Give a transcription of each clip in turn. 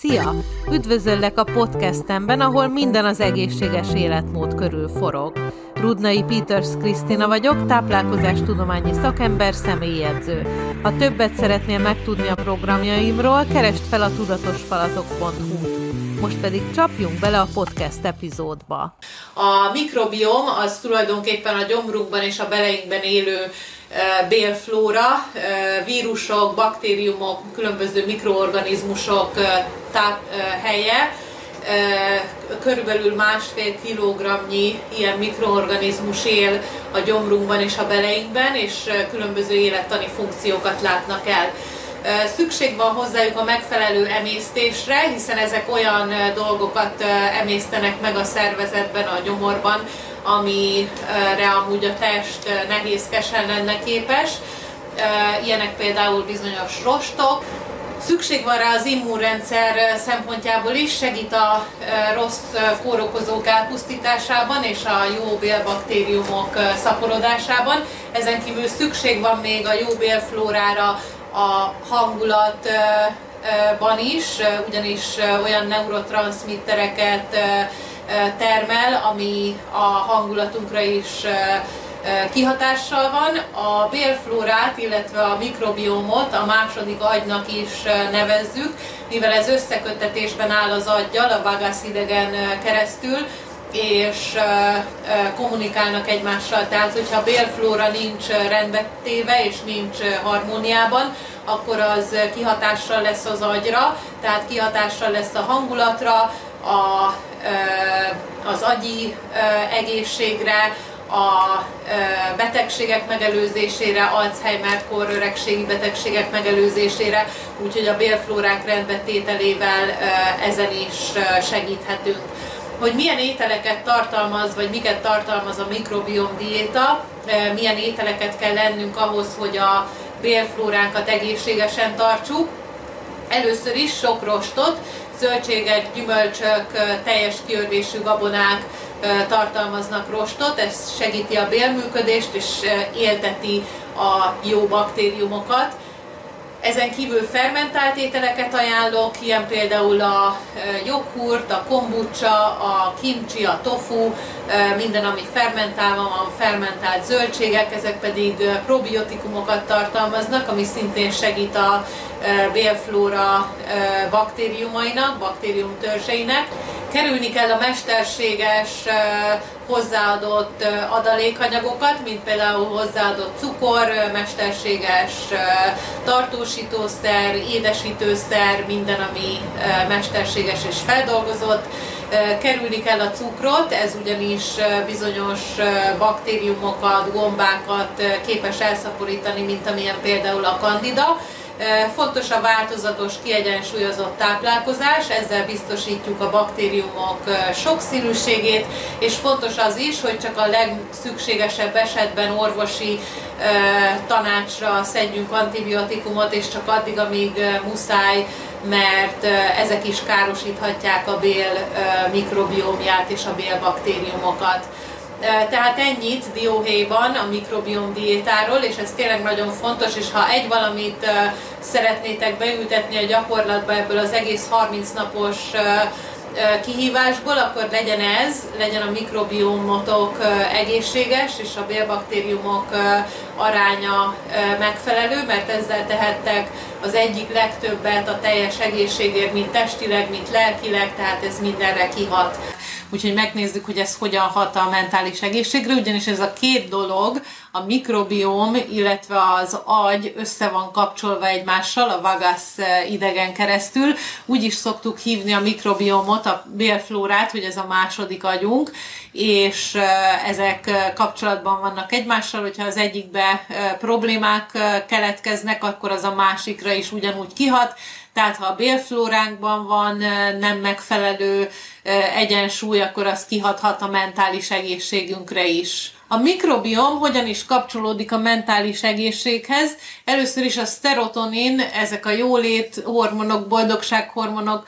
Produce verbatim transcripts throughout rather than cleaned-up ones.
Szia! Üdvözöllek a podcastemben, ahol minden az egészséges életmód körül forog. Rudnai Peters Krisztina vagyok, táplálkozástudományi szakember, személyedző. Ha többet szeretnél megtudni a programjaimról, keresd fel a tudatosfalatok pont hu-t. Most pedig csapjunk bele a podcast epizódba. A mikrobiom az tulajdonképpen a gyomrunkban és a beleinkben élő bélflóra, vírusok, baktériumok, különböző mikroorganizmusok helye. Körülbelül másfél kilogramnyi ilyen mikroorganizmus él a gyomrunkban és a beleinkben, és különböző élettani funkciókat látnak el. Szükség van hozzájuk a megfelelő emésztésre, hiszen ezek olyan dolgokat emésztenek meg a szervezetben, a gyomorban, amire amúgy a test nehézkesen lenne képes. Ilyenek például bizonyos rostok. Szükség van rá az immunrendszer szempontjából is, segít a rossz kórokozók elpusztításában és a jó bélbaktériumok szaporodásában. Ezen kívül szükség van még a jó bélflórára a hangulatban is, ugyanis olyan neurotranszmittereket termel, ami a hangulatunkra is kihatással van. A bélflórát, illetve a mikrobiomot a második agynak is nevezzük, mivel ez összeköttetésben áll az aggyal, a vagus idegen keresztül, és kommunikálnak egymással. Tehát, hogyha a bélflóra nincs rendbe téve és nincs harmóniában, akkor az kihatással lesz az agyra, tehát kihatással lesz a hangulatra, a, az agyi egészségre, a betegségek megelőzésére, Alzheimer-kor, öregségi betegségek megelőzésére, úgyhogy a bélflóránk rendbetételével ezen is segíthetünk. Hogy milyen ételeket tartalmaz, vagy miket tartalmaz a mikrobiom diéta, milyen ételeket kell lennünk ahhoz, hogy a bélflóránkat egészségesen tartsuk. Először is sok rostot, zöldségek, gyümölcsök, teljes kiörvésű gabonák tartalmaznak rostot, ez segíti a bélműködést és élteti a jó baktériumokat. Ezen kívül fermentált ételeket ajánlok, ilyen például a joghurt, a kombucha, a kimchi, a tofu, minden, ami fermentálva van, fermentált zöldségek, ezek pedig probiotikumokat tartalmaznak, ami szintén segít a bélflóra baktériumainak, baktériumtörzseinek. Kerülni kell a mesterséges hozzáadott adalékanyagokat, mint például hozzáadott cukor, mesterséges tartósítószer, édesítőszer, minden, ami mesterséges és feldolgozott. Kerülni kell a cukrot, ez ugyanis bizonyos baktériumokat, gombákat képes elszaporítani, mint amilyen például a kandida. Fontos a változatos, kiegyensúlyozott táplálkozás, ezzel biztosítjuk a baktériumok sokszínűségét, és fontos az is, hogy csak a legszükségesebb esetben orvosi tanácsra szedjünk antibiotikumot, és csak addig, amíg muszáj, mert ezek is károsíthatják a bél mikrobiomját és a bélbaktériumokat. Tehát ennyit dióhéjban a mikrobiom diétáról, és ez tényleg nagyon fontos, és ha egy valamit szeretnétek beültetni a gyakorlatba ebből az egész harminc napos kihívásból, akkor legyen ez, legyen a mikrobiomotok egészséges, és a bélbaktériumok aránya megfelelő, mert ezzel tehettek az egyik legtöbbet a teljes egészségért, mint testileg, mint lelkileg, tehát ez mindenre kihat. Úgyhogy megnézzük, hogy ez hogyan hat a mentális egészségre, ugyanis ez a két dolog, a mikrobióm, illetve az agy össze van kapcsolva egymással, a vagus idegen keresztül. Úgy is szoktuk hívni a mikrobiomot, a bélflórát, hogy ez a második agyunk, és ezek kapcsolatban vannak egymással, hogyha az egyikbe problémák keletkeznek, akkor az a másikra is ugyanúgy kihat. Tehát ha a bélflóránkban van nem megfelelő egyensúly, akkor az kihathat a mentális egészségünkre is. A mikrobiom hogyan is kapcsolódik a mentális egészséghez? Először is a szterotonin, ezek a jólét hormonok, boldogsághormonok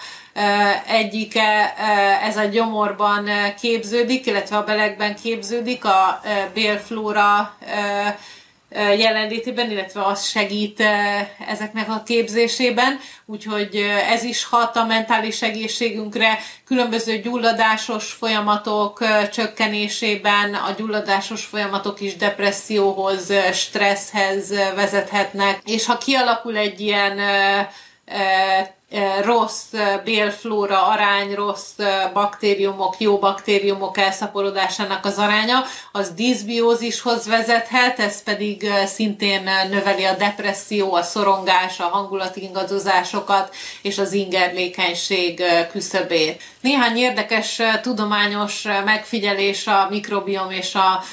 egyike, ez a gyomorban képződik, illetve a belegben képződik, a bélflóra jelenlétében, illetve az segít ezeknek a képzésében, úgyhogy ez is hat a mentális egészségünkre, különböző gyulladásos folyamatok csökkenésében, a gyulladásos folyamatok is depresszióhoz, stresszhez vezethetnek, és ha kialakul egy ilyen rossz bélflóra arány, rossz baktériumok, jó baktériumok elszaporodásának az aránya, az diszbiózishoz vezethet, ez pedig szintén növeli a depresszió, a szorongás, a hangulatingadozásokat és az ingerlékenység küszöbét. Néhány érdekes tudományos megfigyelés a mikrobiom és a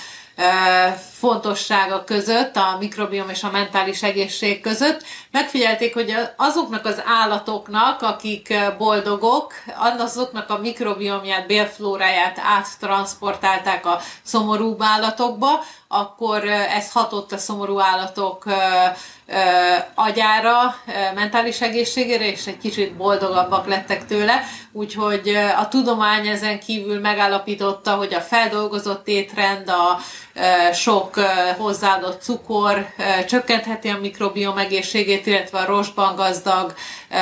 fontossága között, a mikrobiom és a mentális egészség között. Megfigyelték, hogy azoknak az állatoknak, akik boldogok, azoknak a mikrobiomját, bélflóráját áttranszportálták a szomorúbb állatokba, akkor ez hatott a szomorú állatok agyára, mentális egészségére, és egy kicsit boldogabbak lettek tőle. Úgyhogy a tudomány ezen kívül megállapította, hogy a feldolgozott étrend, a sok hozzáadott cukor csökkentheti a mikrobiom egészségét, illetve a rostban gazdag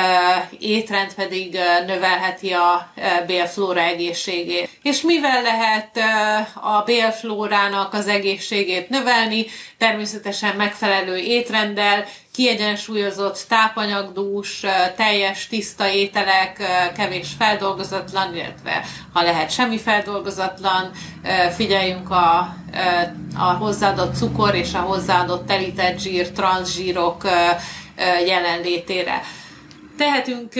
étrend pedig növelheti a bélflóra egészségét. És mivel lehet a bélflórának az egészségét növelni? Természetesen megfelelő étrenddel, kiegyensúlyozott, tápanyagdús, teljes, tiszta ételek, kevés feldolgozatlan, illetve ha lehet semmi feldolgozatlan, figyeljünk a, a hozzáadott cukor és a hozzáadott telített zsír, transzsírok jelenlétére. Tehetünk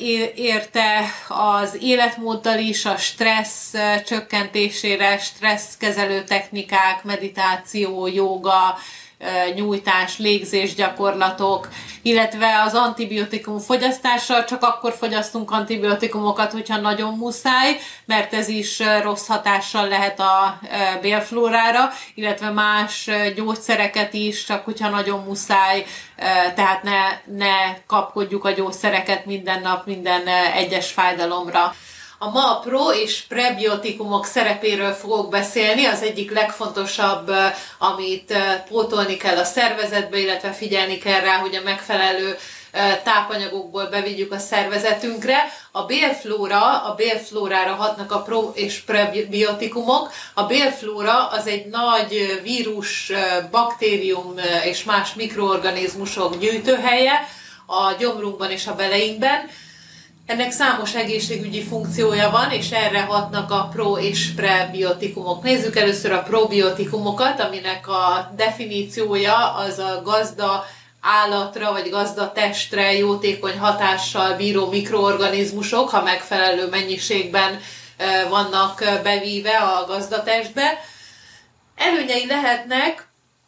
érte az életmóddal is, a stressz csökkentésére, stresszkezelő technikák, meditáció, jóga, nyújtás, légzés gyakorlatok, illetve az antibiotikum fogyasztással csak akkor fogyasztunk antibiotikumokat, hogyha nagyon muszáj, mert ez is rossz hatással lehet a bélflórára, illetve más gyógyszereket is, csak hogyha nagyon muszáj, tehát ne, ne kapkodjuk a gyógyszereket minden nap, minden egyes fájdalomra. A ma a pro- és prebiotikumok szerepéről fogok beszélni, az egyik legfontosabb, amit pótolni kell a szervezetbe, illetve figyelni kell rá, hogy a megfelelő tápanyagokból bevigyük a szervezetünkre. A bélflóra, a bélflórára hatnak a pro- és prebiotikumok. A bélflóra az egy nagy vírus, baktérium és más mikroorganizmusok gyűjtőhelye a gyomrunkban és a beleinkben. Ennek számos egészségügyi funkciója van, és erre hatnak a pro- és prebiotikumok. Nézzük először a probiotikumokat, aminek a definíciója az a gazda állatra vagy gazda testre jótékony hatással bíró mikroorganizmusok, ha megfelelő mennyiségben vannak bevíve a gazdatestbe. Előnyei lehetnek,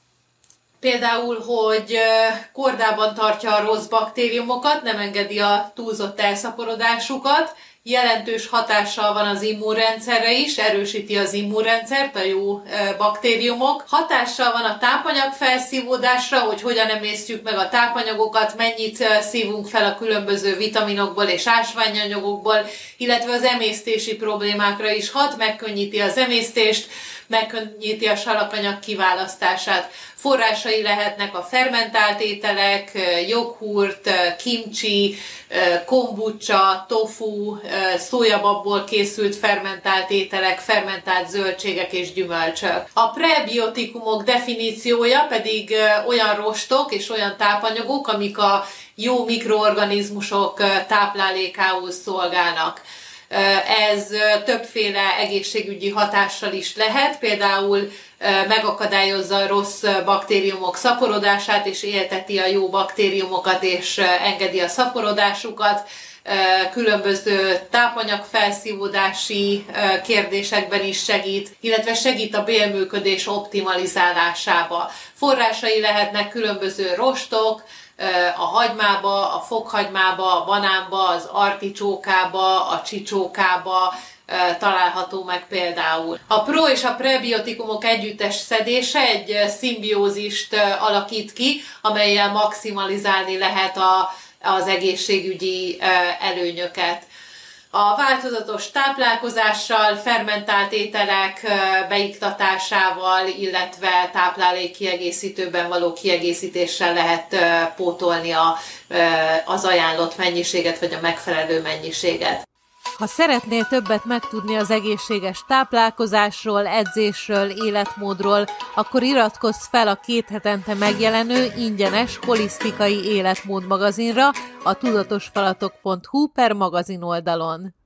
például, hogy kordában tartja a rossz baktériumokat, nem engedi a túlzott elszaporodásukat, jelentős hatással van az immunrendszerre is, erősíti az immunrendszert, a jó baktériumok. Hatással van a tápanyag felszívódásra, hogy hogyan emésztjük meg a tápanyagokat, mennyit szívunk fel a különböző vitaminokból és ásványanyagokból, illetve az emésztési problémákra is hat, megkönnyíti az emésztést, megkönnyíti a salakanyag kiválasztását. Forrásai lehetnek a fermentált ételek, joghurt, kimchi, kombucha, tofu, szójababból készült fermentált ételek, fermentált zöldségek és gyümölcsök. A prebiotikumok definíciója pedig olyan rostok és olyan tápanyagok, amik a jó mikroorganizmusok táplálékául szolgálnak. Ez többféle egészségügyi hatással is lehet, például megakadályozza a rossz baktériumok szaporodását, és élteti a jó baktériumokat, és engedi a szaporodásukat. Különböző tápanyagfelszívódási kérdésekben is segít, illetve segít a bélműködés optimalizálásába. Forrásai lehetnek különböző rostok, a hagymába, a fokhagymába, a banánba, az articsókába, a csicsókába található meg például. A pro- és a prebiotikumok együttes szedése egy szimbiózist alakít ki, amellyel maximalizálni lehet a, az egészségügyi előnyöket. A változatos táplálkozással, fermentált ételek beiktatásával, illetve táplálékkiegészítőben való kiegészítéssel lehet pótolni a, az ajánlott mennyiséget, vagy a megfelelő mennyiséget. Ha szeretnél többet megtudni az egészséges táplálkozásról, edzésről, életmódról, akkor iratkozz fel a két hetente megjelenő ingyenes holisztikai életmód magazinra a tudatosfalatok pont hu per magazin oldalon.